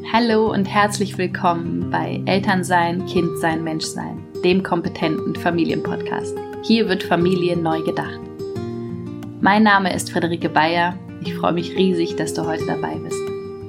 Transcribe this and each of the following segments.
Hallo und herzlich willkommen bei Elternsein, Kindsein, Menschsein, dem kompetenten Familienpodcast. Hier wird Familie neu gedacht. Mein Name ist Friederike Bayer. Ich freue mich riesig, dass du heute dabei bist.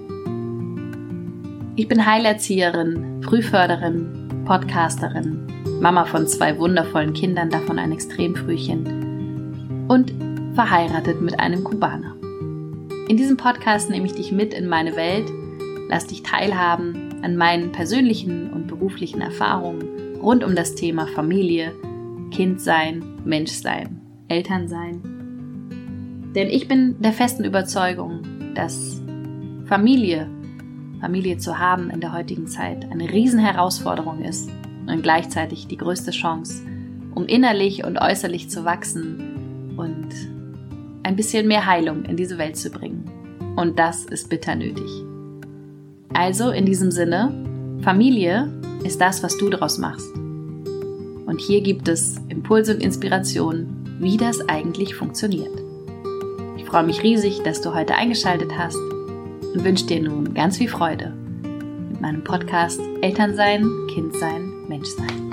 Ich bin Heilerzieherin, Frühförderin, Podcasterin, Mama von 2 wundervollen Kindern, davon ein Extremfrühchen und verheiratet mit einem Kubaner. In diesem Podcast nehme ich dich mit in meine Welt, lass dich teilhaben an meinen persönlichen und beruflichen Erfahrungen rund um das Thema Familie, Kindsein, Menschsein, Elternsein. Denn ich bin der festen Überzeugung, dass Familie zu haben in der heutigen Zeit eine Riesenherausforderung ist und gleichzeitig die größte Chance, um innerlich und äußerlich zu wachsen und ein bisschen mehr Heilung in diese Welt zu bringen. Und das ist bitter nötig. Also in diesem Sinne, Familie ist das, was du daraus machst. Und hier gibt es Impulse und Inspirationen, wie das eigentlich funktioniert. Ich freue mich riesig, dass du heute eingeschaltet hast und wünsche dir nun ganz viel Freude mit meinem Podcast Elternsein, Kindsein, Menschsein.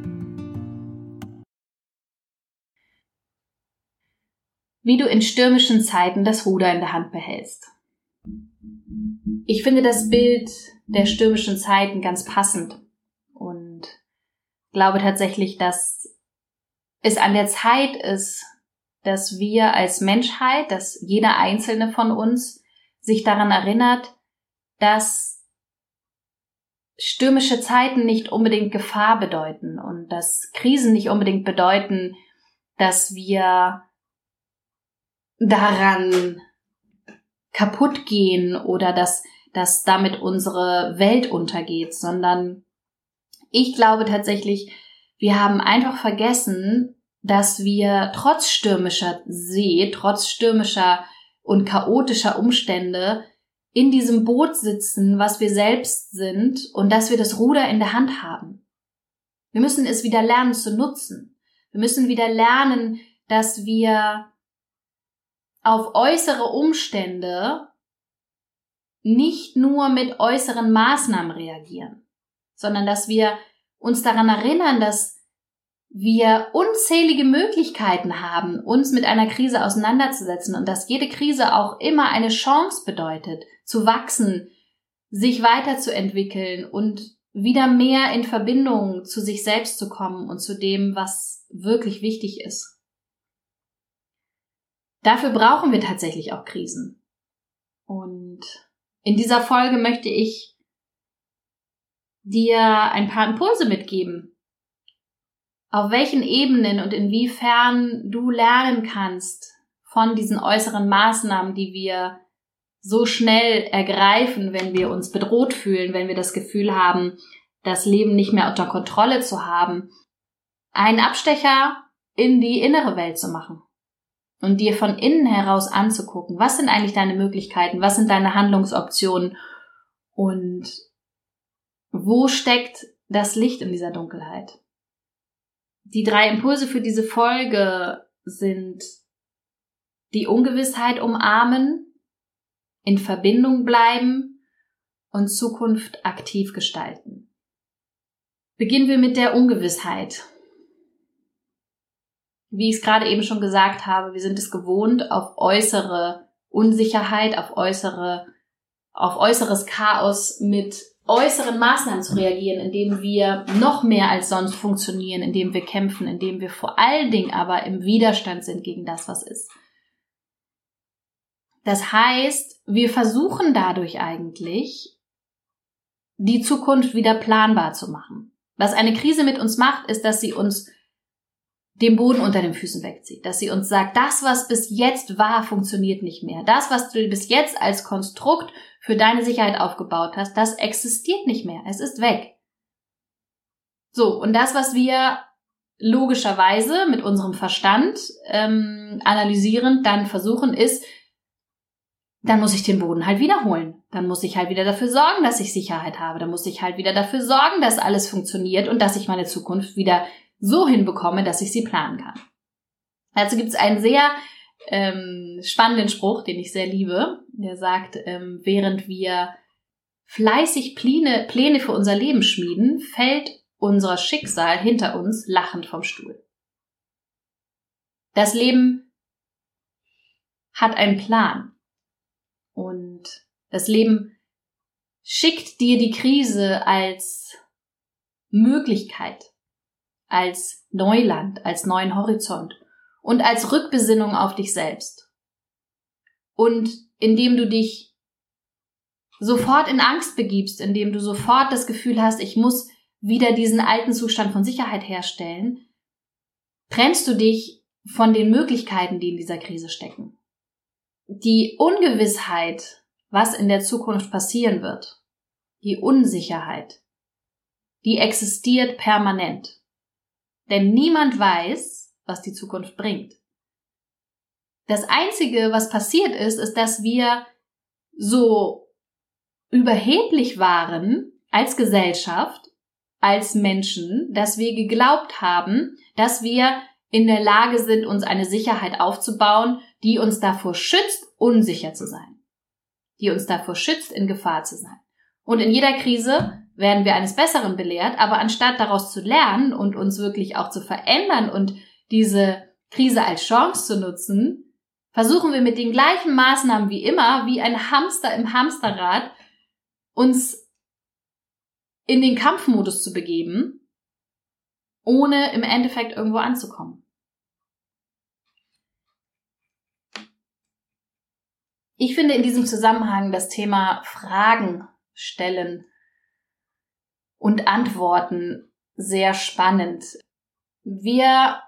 Wie du in stürmischen Zeiten das Ruder in der Hand behältst. Ich finde das Bild der stürmischen Zeiten ganz passend und glaube tatsächlich, dass es an der Zeit ist, dass wir als Menschheit, dass jeder Einzelne von uns sich daran erinnert, dass stürmische Zeiten nicht unbedingt Gefahr bedeuten und dass Krisen nicht unbedingt bedeuten, dass wir daran kaputt gehen oder dass damit unsere Welt untergeht, sondern ich glaube tatsächlich, wir haben einfach vergessen, dass wir trotz stürmischer See, trotz stürmischer und chaotischer Umstände in diesem Boot sitzen, was wir selbst sind und dass wir das Ruder in der Hand haben. Wir müssen es wieder lernen zu nutzen. Wir müssen wieder lernen, dass wir auf äußere Umstände nicht nur mit äußeren Maßnahmen reagieren, sondern dass wir uns daran erinnern, dass wir unzählige Möglichkeiten haben, uns mit einer Krise auseinanderzusetzen und dass jede Krise auch immer eine Chance bedeutet, zu wachsen, sich weiterzuentwickeln und wieder mehr in Verbindung zu sich selbst zu kommen und zu dem, was wirklich wichtig ist. Dafür brauchen wir tatsächlich auch Krisen. Und in dieser Folge möchte ich dir ein paar Impulse mitgeben, auf welchen Ebenen und inwiefern du lernen kannst von diesen äußeren Maßnahmen, die wir so schnell ergreifen, wenn wir uns bedroht fühlen, wenn wir das Gefühl haben, das Leben nicht mehr unter Kontrolle zu haben, einen Abstecher in die innere Welt zu machen. Und dir von innen heraus anzugucken, was sind eigentlich deine Möglichkeiten, was sind deine Handlungsoptionen und wo steckt das Licht in dieser Dunkelheit. Die 3 Impulse für diese Folge sind die Ungewissheit umarmen, in Verbindung bleiben und Zukunft aktiv gestalten. Beginnen wir mit der Ungewissheit. Wie ich es gerade eben schon gesagt habe, wir sind es gewohnt, auf äußere Unsicherheit, auf äußeres Chaos mit äußeren Maßnahmen zu reagieren, indem wir noch mehr als sonst funktionieren, indem wir kämpfen, indem wir vor allen Dingen aber im Widerstand sind gegen das, was ist. Das heißt, wir versuchen dadurch eigentlich, die Zukunft wieder planbar zu machen. Was eine Krise mit uns macht, ist, dass sie uns den Boden unter den Füßen wegzieht, dass sie uns sagt, das, was bis jetzt war, funktioniert nicht mehr. Das, was du bis jetzt als Konstrukt für deine Sicherheit aufgebaut hast, das existiert nicht mehr. Es ist weg. So, und das, was wir logischerweise mit unserem Verstand analysierend dann versuchen, ist, dann muss ich den Boden halt wiederholen. Dann muss ich halt wieder dafür sorgen, dass ich Sicherheit habe. Dann muss ich halt wieder dafür sorgen, dass alles funktioniert und dass ich meine Zukunft wieder so hinbekomme, dass ich sie planen kann. Dazu gibt es einen sehr spannenden Spruch, den ich sehr liebe. Der sagt, während wir fleißig Pläne für unser Leben schmieden, fällt unser Schicksal hinter uns lachend vom Stuhl. Das Leben hat einen Plan und das Leben schickt dir die Krise als Möglichkeit, als Neuland, als neuen Horizont und als Rückbesinnung auf dich selbst. Und indem du dich sofort in Angst begibst, indem du sofort das Gefühl hast, ich muss wieder diesen alten Zustand von Sicherheit herstellen, trennst du dich von den Möglichkeiten, die in dieser Krise stecken. Die Ungewissheit, was in der Zukunft passieren wird, die Unsicherheit, die existiert permanent. Denn niemand weiß, was die Zukunft bringt. Das Einzige, was passiert ist, dass wir so überheblich waren als Gesellschaft, als Menschen, dass wir geglaubt haben, dass wir in der Lage sind, uns eine Sicherheit aufzubauen, die uns davor schützt, unsicher zu sein. Die uns davor schützt, in Gefahr zu sein. Und in jeder Krise werden wir eines Besseren belehrt, aber anstatt daraus zu lernen und uns wirklich auch zu verändern und diese Krise als Chance zu nutzen, versuchen wir mit den gleichen Maßnahmen wie immer, wie ein Hamster im Hamsterrad, uns in den Kampfmodus zu begeben, ohne im Endeffekt irgendwo anzukommen. Ich finde in diesem Zusammenhang das Thema Fragen stellen und Antworten sehr spannend. Wir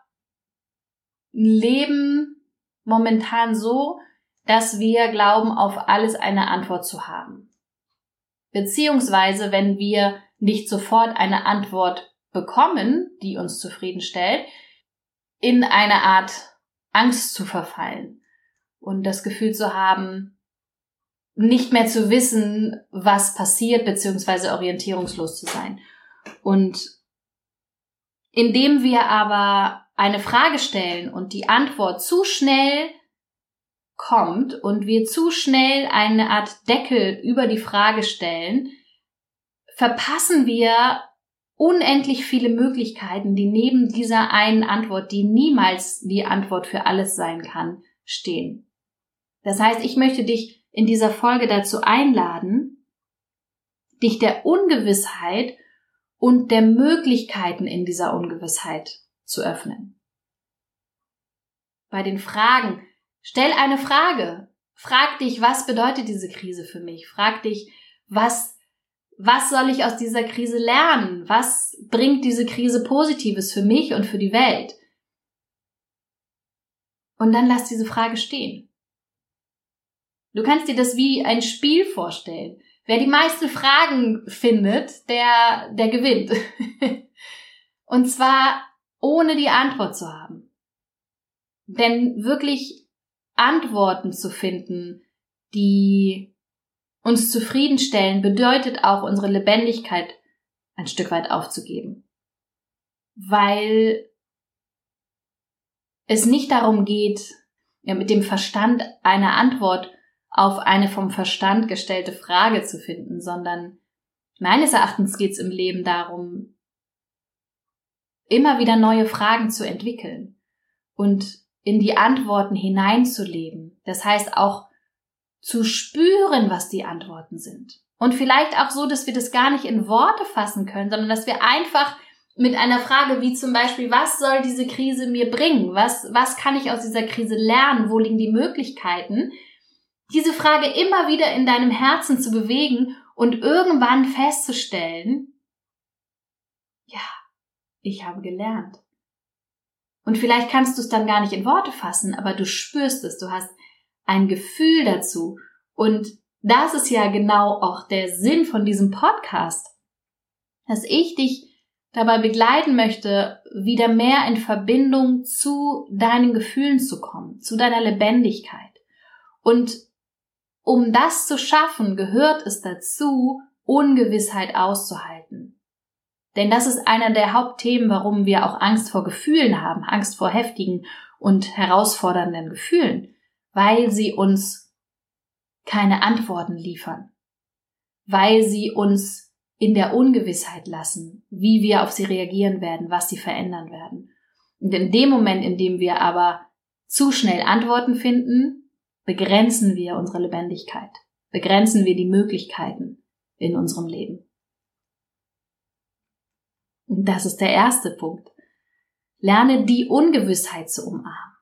leben momentan so, dass wir glauben, auf alles eine Antwort zu haben. Beziehungsweise, wenn wir nicht sofort eine Antwort bekommen, die uns zufriedenstellt, in eine Art Angst zu verfallen und das Gefühl zu haben, nicht mehr zu wissen, was passiert, beziehungsweise orientierungslos zu sein. Und indem wir aber eine Frage stellen und die Antwort zu schnell kommt und wir zu schnell eine Art Deckel über die Frage stellen, verpassen wir unendlich viele Möglichkeiten, die neben dieser einen Antwort, die niemals die Antwort für alles sein kann, stehen. Das heißt, ich möchte dich in dieser Folge dazu einladen, dich der Ungewissheit und der Möglichkeiten in dieser Ungewissheit zu öffnen. Bei den Fragen, stell eine Frage. Frag dich, was bedeutet diese Krise für mich? Frag dich, was soll ich aus dieser Krise lernen? Was bringt diese Krise Positives für mich und für die Welt? Und dann lass diese Frage stehen. Du kannst dir das wie ein Spiel vorstellen. Wer die meisten Fragen findet, der gewinnt. Und zwar ohne die Antwort zu haben. Denn wirklich Antworten zu finden, die uns zufriedenstellen, bedeutet auch, unsere Lebendigkeit ein Stück weit aufzugeben. Weil es nicht darum geht, mit dem Verstand eine Antwort auf eine vom Verstand gestellte Frage zu finden, sondern meines Erachtens geht es im Leben darum, immer wieder neue Fragen zu entwickeln und in die Antworten hineinzuleben. Das heißt auch zu spüren, was die Antworten sind. Und vielleicht auch so, dass wir das gar nicht in Worte fassen können, sondern dass wir einfach mit einer Frage wie zum Beispiel, was soll diese Krise mir bringen? Was kann ich aus dieser Krise lernen? Wo liegen die Möglichkeiten? Diese Frage immer wieder in deinem Herzen zu bewegen und irgendwann festzustellen, ja, ich habe gelernt. Und vielleicht kannst du es dann gar nicht in Worte fassen, aber du spürst es, du hast ein Gefühl dazu. Und das ist ja genau auch der Sinn von diesem Podcast, dass ich dich dabei begleiten möchte, wieder mehr in Verbindung zu deinen Gefühlen zu kommen, zu deiner Lebendigkeit. Und um das zu schaffen, gehört es dazu, Ungewissheit auszuhalten. Denn das ist einer der Hauptthemen, warum wir auch Angst vor Gefühlen haben, Angst vor heftigen und herausfordernden Gefühlen, weil sie uns keine Antworten liefern. weil sie uns in der Ungewissheit lassen, wie wir auf sie reagieren werden, was sie verändern werden. Und in dem Moment, in dem wir aber zu schnell Antworten finden, begrenzen wir unsere Lebendigkeit, begrenzen wir die Möglichkeiten in unserem Leben. Und das ist der erste Punkt. Lerne die Ungewissheit zu umarmen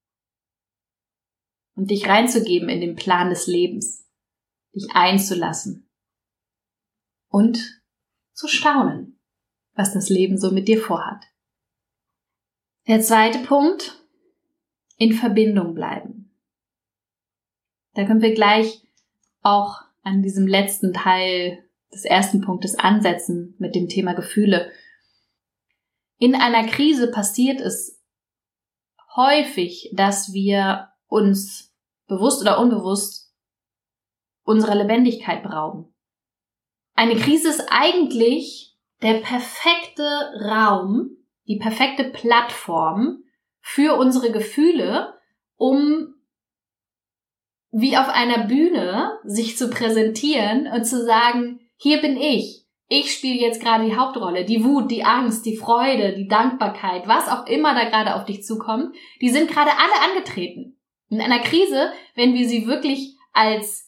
und dich reinzugeben in den Plan des Lebens, dich einzulassen und zu staunen, was das Leben so mit dir vorhat. Der zweite Punkt, in Verbindung bleiben. Da können wir gleich auch an diesem letzten Teil des ersten Punktes ansetzen mit dem Thema Gefühle. In einer Krise passiert es häufig, dass wir uns bewusst oder unbewusst unserer Lebendigkeit berauben. Eine Krise ist eigentlich der perfekte Raum, die perfekte Plattform für unsere Gefühle, um wie auf einer Bühne sich zu präsentieren und zu sagen, hier bin ich. Ich spiele jetzt gerade die Hauptrolle. Die Wut, die Angst, die Freude, die Dankbarkeit, was auch immer da gerade auf dich zukommt, die sind gerade alle angetreten. In einer Krise, wenn wir sie wirklich als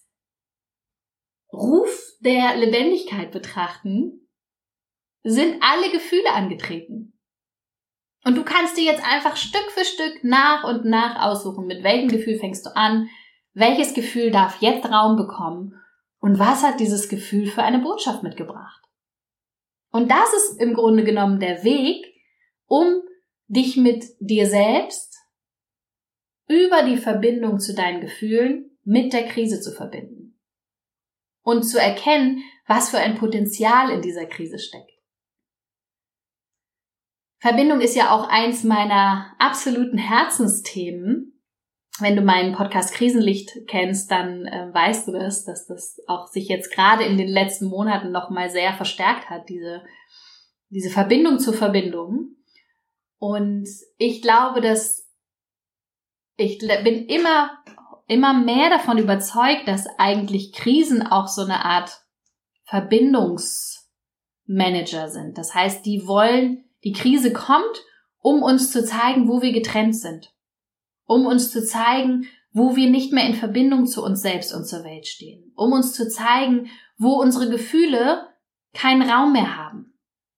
Ruf der Lebendigkeit betrachten, sind alle Gefühle angetreten. Und du kannst dir jetzt einfach Stück für Stück nach und nach aussuchen, mit welchem Gefühl fängst du an, welches Gefühl darf jetzt Raum bekommen und was hat dieses Gefühl für eine Botschaft mitgebracht. Und das ist im Grunde genommen der Weg, um dich mit dir selbst über die Verbindung zu deinen Gefühlen mit der Krise zu verbinden und zu erkennen, was für ein Potenzial in dieser Krise steckt. Verbindung ist ja auch eins meiner absoluten Herzensthemen. Wenn du meinen Podcast Krisenlicht kennst, dann weißt du das, dass das auch sich jetzt gerade in den letzten Monaten noch mal sehr verstärkt hat, diese Verbindung zur Verbindung. Und ich glaube, dass ich bin immer mehr davon überzeugt, dass eigentlich Krisen auch so eine Art Verbindungsmanager sind. Das heißt, die Krise kommt, um uns zu zeigen, wo wir getrennt sind. Um uns zu zeigen, wo wir nicht mehr in Verbindung zu uns selbst und zur Welt stehen. Um uns zu zeigen, wo unsere Gefühle keinen Raum mehr haben.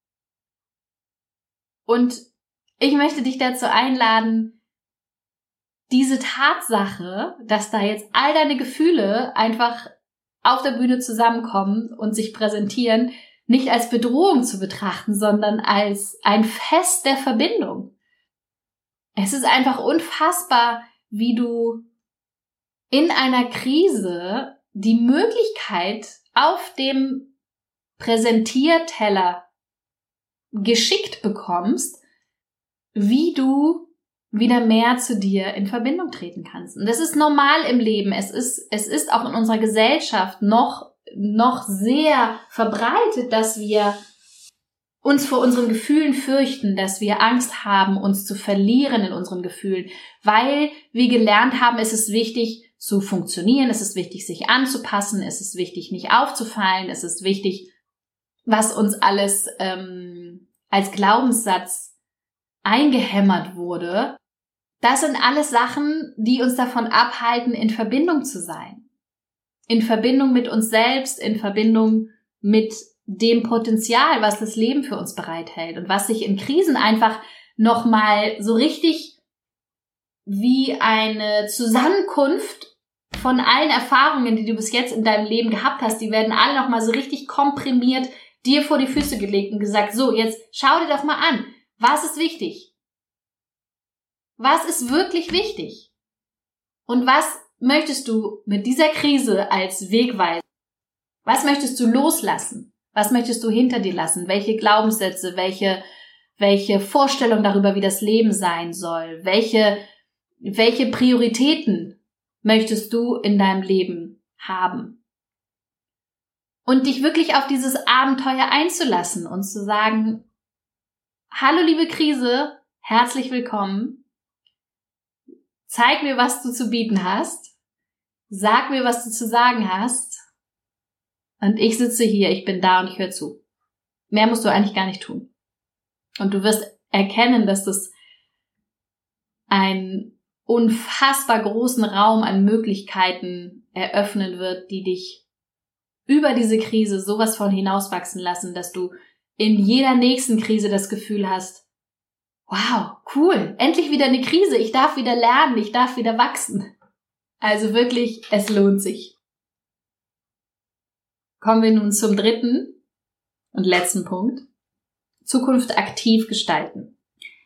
Und ich möchte dich dazu einladen, diese Tatsache, dass da jetzt all deine Gefühle einfach auf der Bühne zusammenkommen und sich präsentieren, nicht als Bedrohung zu betrachten, sondern als ein Fest der Verbindung. Es ist einfach unfassbar, wie du in einer Krise die Möglichkeit auf dem Präsentierteller geschickt bekommst, wie du wieder mehr zu dir in Verbindung treten kannst. Und das ist normal im Leben. Es ist auch in unserer Gesellschaft noch sehr verbreitet, dass wir uns vor unseren Gefühlen fürchten, dass wir Angst haben, uns zu verlieren in unseren Gefühlen, weil wir gelernt haben, es ist wichtig zu funktionieren, es ist wichtig, sich anzupassen, es ist wichtig, nicht aufzufallen, es ist wichtig, was uns alles als Glaubenssatz eingehämmert wurde. Das sind alles Sachen, die uns davon abhalten, in Verbindung zu sein. In Verbindung mit uns selbst, in Verbindung mit dem Potenzial, was das Leben für uns bereithält und was sich in Krisen einfach nochmal so richtig wie eine Zusammenkunft von allen Erfahrungen, die du bis jetzt in deinem Leben gehabt hast, die werden alle nochmal so richtig komprimiert dir vor die Füße gelegt und gesagt, so, jetzt schau dir doch mal an, was ist wichtig? Was ist wirklich wichtig? Und was möchtest du mit dieser Krise als Wegweiser? Was möchtest du loslassen? Was möchtest du hinter dir lassen? Welche Glaubenssätze, welche Vorstellung darüber, wie das Leben sein soll? Welche Prioritäten möchtest du in deinem Leben haben? Und dich wirklich auf dieses Abenteuer einzulassen und zu sagen, hallo liebe Krise, herzlich willkommen. Zeig mir, was du zu bieten hast. Sag mir, was du zu sagen hast. Und ich sitze hier, ich bin da und ich höre zu. Mehr musst du eigentlich gar nicht tun. Und du wirst erkennen, dass das einen unfassbar großen Raum an Möglichkeiten eröffnen wird, die dich über diese Krise sowas von hinauswachsen lassen, dass du in jeder nächsten Krise das Gefühl hast, wow, cool, endlich wieder eine Krise, ich darf wieder lernen, ich darf wieder wachsen. Also wirklich, es lohnt sich. Kommen wir nun zum dritten und letzten Punkt. Zukunft aktiv gestalten.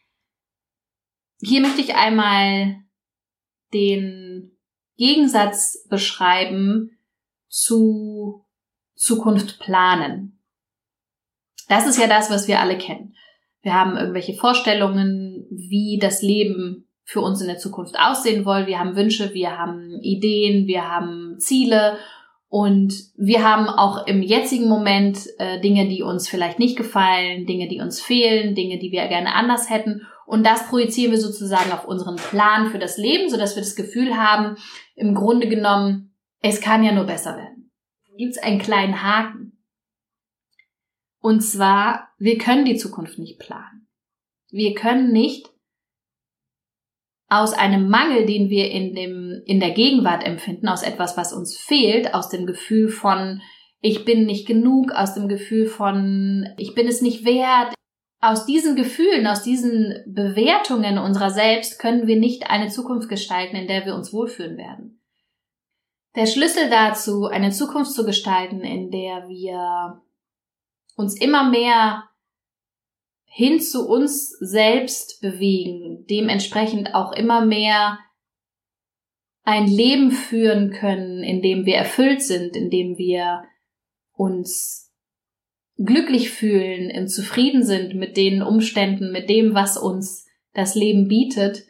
Hier möchte ich einmal den Gegensatz beschreiben zu Zukunft planen. Das ist ja das, was wir alle kennen. Wir haben irgendwelche Vorstellungen, wie das Leben für uns in der Zukunft aussehen soll. Wir haben Wünsche, wir haben Ideen, wir haben Ziele und wir haben auch im jetzigen Moment Dinge, die uns vielleicht nicht gefallen, Dinge, die uns fehlen, Dinge, die wir gerne anders hätten. Und das projizieren wir sozusagen auf unseren Plan für das Leben, sodass wir das Gefühl haben, im Grunde genommen, es kann ja nur besser werden. Gibt es einen kleinen Haken. Und zwar, wir können die Zukunft nicht planen. Wir können nicht aus einem Mangel, den wir in der Gegenwart empfinden, aus etwas, was uns fehlt, aus dem Gefühl von, ich bin nicht genug, aus dem Gefühl von, ich bin es nicht wert, aus diesen Gefühlen, aus diesen Bewertungen unserer selbst können wir nicht eine Zukunft gestalten, in der wir uns wohlfühlen werden. Der Schlüssel dazu, eine Zukunft zu gestalten, in der wir uns immer mehr hin zu uns selbst bewegen, dementsprechend auch immer mehr ein Leben führen können, in dem wir erfüllt sind, in dem wir uns glücklich fühlen, im Zufrieden sind mit den Umständen, mit dem, was uns das Leben bietet,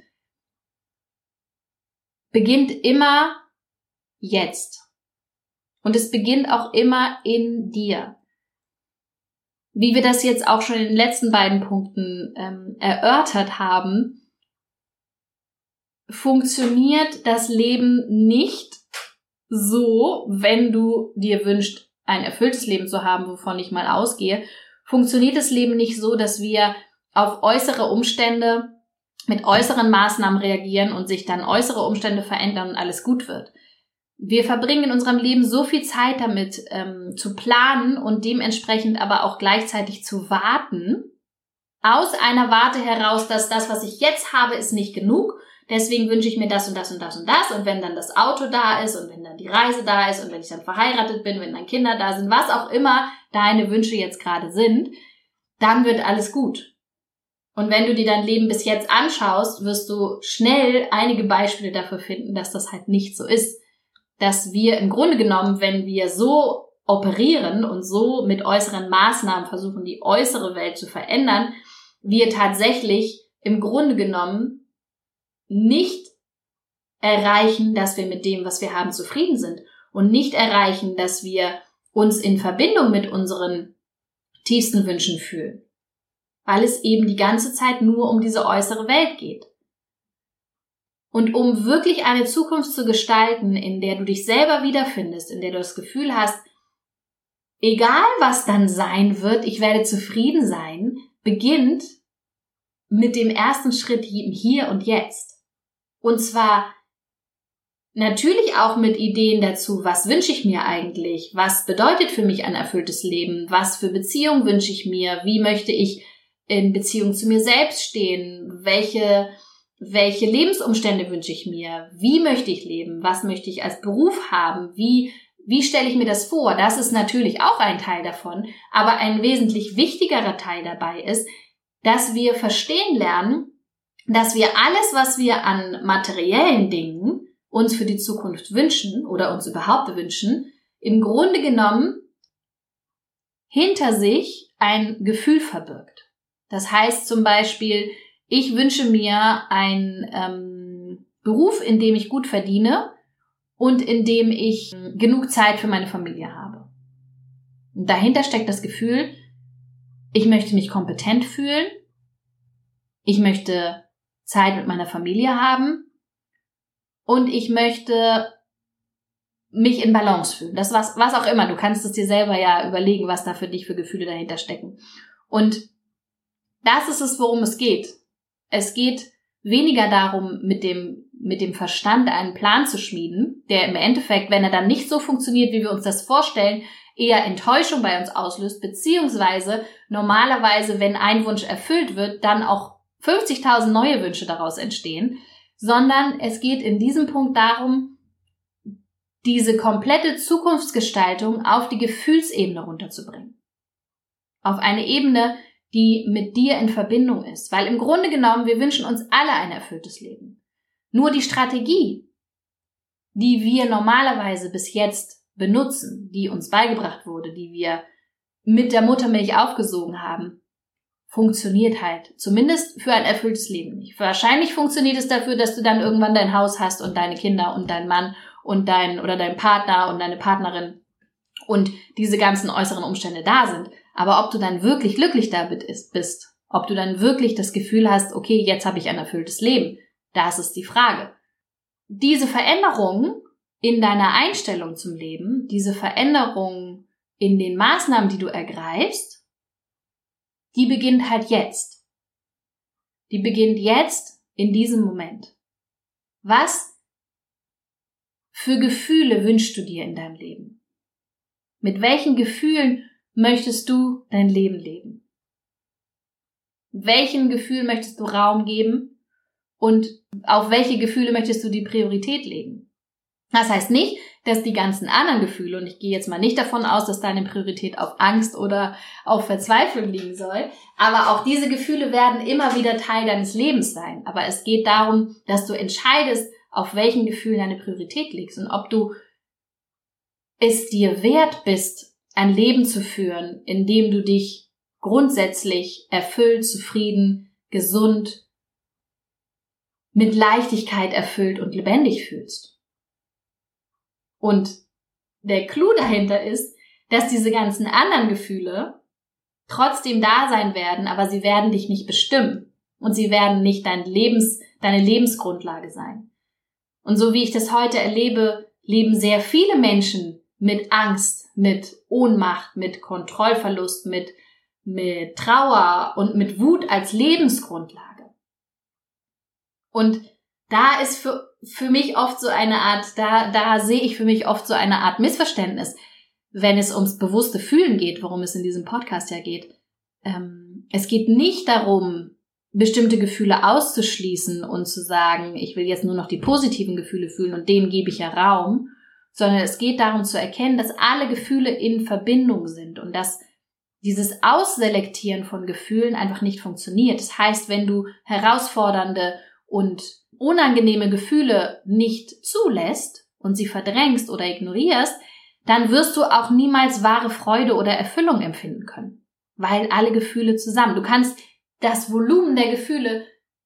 beginnt immer jetzt. Und es beginnt auch immer in dir. Wie wir das jetzt auch schon in den letzten beiden Punkten erörtert haben, funktioniert das Leben nicht so, wenn du dir wünschst, ein erfülltes Leben zu haben, wovon ich mal ausgehe, funktioniert das Leben nicht so, dass wir auf äußere Umstände mit äußeren Maßnahmen reagieren und sich dann äußere Umstände verändern und alles gut wird. Wir verbringen in unserem Leben so viel Zeit damit, zu planen und dementsprechend aber auch gleichzeitig zu warten, aus einer Warte heraus, dass das, was ich jetzt habe, ist nicht genug. Deswegen wünsche ich mir das und das und das und das. Und wenn dann das Auto da ist und wenn dann die Reise da ist und wenn ich dann verheiratet bin, wenn dann Kinder da sind, was auch immer deine Wünsche jetzt gerade sind, dann wird alles gut. Und wenn du dir dein Leben bis jetzt anschaust, wirst du schnell einige Beispiele dafür finden, dass das halt nicht so ist. Dass wir im Grunde genommen, wenn wir so operieren und so mit äußeren Maßnahmen versuchen, die äußere Welt zu verändern, wir tatsächlich im Grunde genommen nicht erreichen, dass wir mit dem, was wir haben, zufrieden sind und nicht erreichen, dass wir uns in Verbindung mit unseren tiefsten Wünschen fühlen, weil es eben die ganze Zeit nur um diese äußere Welt geht. Und um wirklich eine Zukunft zu gestalten, in der du dich selber wiederfindest, in der du das Gefühl hast, egal was dann sein wird, ich werde zufrieden sein, beginnt mit dem ersten Schritt im Hier und Jetzt. Und zwar natürlich auch mit Ideen dazu, was wünsche ich mir eigentlich, was bedeutet für mich ein erfülltes Leben, was für Beziehung wünsche ich mir, wie möchte ich in Beziehung zu mir selbst stehen, welche Lebensumstände wünsche ich mir, wie möchte ich leben, was möchte ich als Beruf haben, wie stelle ich mir das vor, das ist natürlich auch ein Teil davon, aber ein wesentlich wichtigerer Teil dabei ist, dass wir verstehen lernen, dass wir alles, was wir an materiellen Dingen uns für die Zukunft wünschen oder uns überhaupt wünschen, im Grunde genommen hinter sich ein Gefühl verbirgt. Das heißt zum Beispiel, ich wünsche mir einen Beruf, in dem ich gut verdiene und in dem ich genug Zeit für meine Familie habe. Und dahinter steckt das Gefühl, ich möchte mich kompetent fühlen, ich möchte Zeit mit meiner Familie haben und ich möchte mich in Balance fühlen. Das was auch immer. Du kannst es dir selber ja überlegen, was da für dich für Gefühle dahinter stecken. Und das ist es, worum es geht. Es geht weniger darum, mit dem Verstand einen Plan zu schmieden, der im Endeffekt, wenn er dann nicht so funktioniert, wie wir uns das vorstellen, eher Enttäuschung bei uns auslöst, beziehungsweise normalerweise, wenn ein Wunsch erfüllt wird, dann auch 50.000 neue Wünsche daraus entstehen, sondern es geht in diesem Punkt darum, diese komplette Zukunftsgestaltung auf die Gefühlsebene runterzubringen. Auf eine Ebene, die mit dir in Verbindung ist. Weil im Grunde genommen, wir wünschen uns alle ein erfülltes Leben. Nur die Strategie, die wir normalerweise bis jetzt benutzen, die uns beigebracht wurde, die wir mit der Muttermilch aufgesogen haben, funktioniert halt zumindest für ein erfülltes Leben nicht. Wahrscheinlich funktioniert es dafür, dass du dann irgendwann dein Haus hast und deine Kinder und dein Mann und dein Partner und deine Partnerin und diese ganzen äußeren Umstände da sind. Aber ob du dann wirklich glücklich damit bist, ob du dann wirklich das Gefühl hast, okay, jetzt habe ich ein erfülltes Leben, das ist die Frage. Diese Veränderung in deiner Einstellung zum Leben, diese Veränderung in den Maßnahmen, die du ergreifst, die beginnt halt jetzt. Die beginnt jetzt in diesem Moment. Was für Gefühle wünschst du dir in deinem Leben? Mit welchen Gefühlen möchtest du dein Leben leben? Welchen Gefühlen möchtest du Raum geben und auf welche Gefühle möchtest du die Priorität legen? Das heißt nicht, dass die ganzen anderen Gefühle, und ich gehe jetzt mal nicht davon aus, dass deine Priorität auf Angst oder auf Verzweiflung liegen soll, aber auch diese Gefühle werden immer wieder Teil deines Lebens sein. Aber es geht darum, dass du entscheidest, auf welchen Gefühlen deine Priorität liegt und ob du es dir wert bist, ein Leben zu führen, in dem du dich grundsätzlich erfüllt, zufrieden, gesund, mit Leichtigkeit erfüllt und lebendig fühlst. Und der Clou dahinter ist, dass diese ganzen anderen Gefühle trotzdem da sein werden, aber sie werden dich nicht bestimmen und sie werden nicht deine Lebensgrundlage sein. Und so wie ich das heute erlebe, leben sehr viele Menschen mit Angst, mit Ohnmacht, mit Kontrollverlust, mit Trauer und mit Wut als Lebensgrundlage. Und da ist für mich oft so eine Art, da sehe ich für mich oft so eine Art Missverständnis, wenn es ums bewusste Fühlen geht, worum es in diesem Podcast ja geht. Es geht nicht darum, bestimmte Gefühle auszuschließen und zu sagen, ich will jetzt nur noch die positiven Gefühle fühlen und denen gebe ich ja Raum, sondern es geht darum zu erkennen, dass alle Gefühle in Verbindung sind und dass dieses Ausselektieren von Gefühlen einfach nicht funktioniert. Das heißt, wenn du herausfordernde und unangenehme Gefühle nicht zulässt und sie verdrängst oder ignorierst, dann wirst du auch niemals wahre Freude oder Erfüllung empfinden können, weil alle Gefühle zusammen. Du kannst das Volumen der Gefühle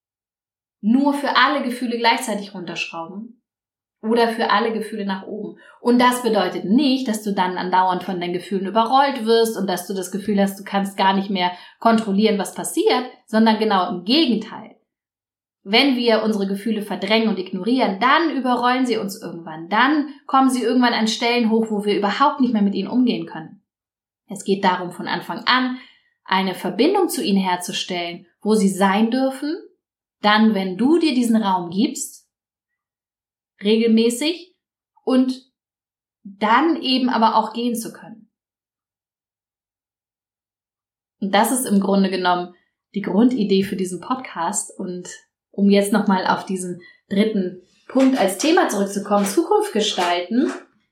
nur für alle Gefühle gleichzeitig runterschrauben oder für alle Gefühle nach oben. Und das bedeutet nicht, dass du dann andauernd von deinen Gefühlen überrollt wirst und dass du das Gefühl hast, du kannst gar nicht mehr kontrollieren, was passiert, sondern genau im Gegenteil. Wenn wir unsere Gefühle verdrängen und ignorieren, dann überrollen sie uns irgendwann. Dann kommen sie irgendwann an Stellen hoch, wo wir überhaupt nicht mehr mit ihnen umgehen können. Es geht darum, von Anfang an eine Verbindung zu ihnen herzustellen, wo sie sein dürfen. Dann, wenn du dir diesen Raum gibst, regelmäßig, und dann eben aber auch gehen zu können. Und das ist im Grunde genommen die Grundidee für diesen Podcast. Und um jetzt nochmal auf diesen dritten Punkt als Thema zurückzukommen, Zukunft gestalten,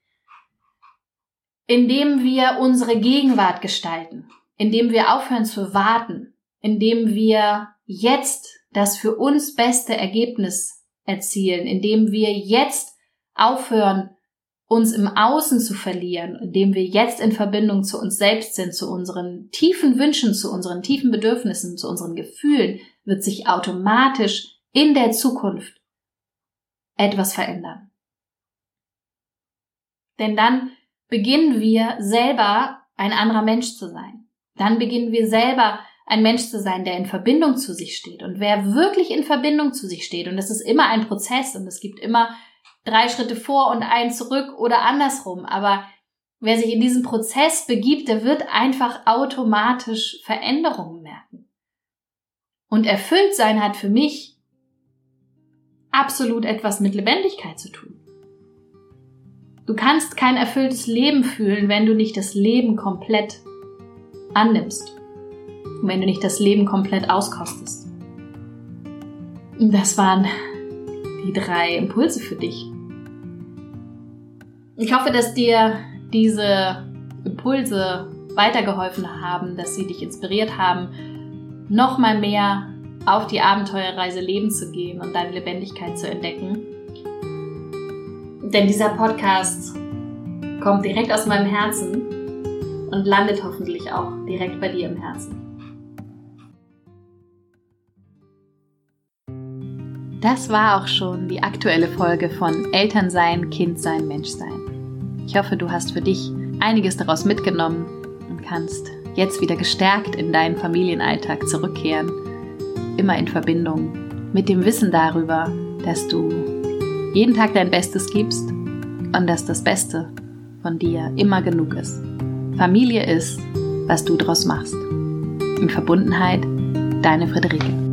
indem wir unsere Gegenwart gestalten, indem wir aufhören zu warten, indem wir jetzt das für uns beste Ergebnis erzielen, indem wir jetzt aufhören, uns im Außen zu verlieren, indem wir jetzt in Verbindung zu uns selbst sind, zu unseren tiefen Wünschen, zu unseren tiefen Bedürfnissen, zu unseren Gefühlen, wird sich automatisch in der Zukunft etwas verändern. Denn dann beginnen wir selber ein anderer Mensch zu sein. Dann beginnen wir selber ein Mensch zu sein, der in Verbindung zu sich steht. Und wer wirklich in Verbindung zu sich steht, und das ist immer ein Prozess und es gibt immer 3 Schritte vor und 1 zurück oder andersrum. Aber wer sich in diesen Prozess begibt, der wird einfach automatisch Veränderungen merken. Und Erfülltsein hat für mich absolut etwas mit Lebendigkeit zu tun. Du kannst kein erfülltes Leben fühlen, wenn du nicht das Leben komplett annimmst. Und wenn du nicht das Leben komplett auskostest. Und das waren die 3 Impulse für dich. Ich hoffe, dass dir diese Impulse weitergeholfen haben, dass sie dich inspiriert haben, noch mal mehr auf die Abenteuerreise Leben zu gehen und deine Lebendigkeit zu entdecken. Denn dieser Podcast kommt direkt aus meinem Herzen und landet hoffentlich auch direkt bei dir im Herzen. Das war auch schon die aktuelle Folge von Elternsein, Kindsein, Menschsein. Ich hoffe, du hast für dich einiges daraus mitgenommen und kannst jetzt wieder gestärkt in deinen Familienalltag zurückkehren, immer in Verbindung mit dem Wissen darüber, dass du jeden Tag dein Bestes gibst und dass das Beste von dir immer genug ist. Familie ist, was du draus machst. In Verbundenheit, deine Friederike.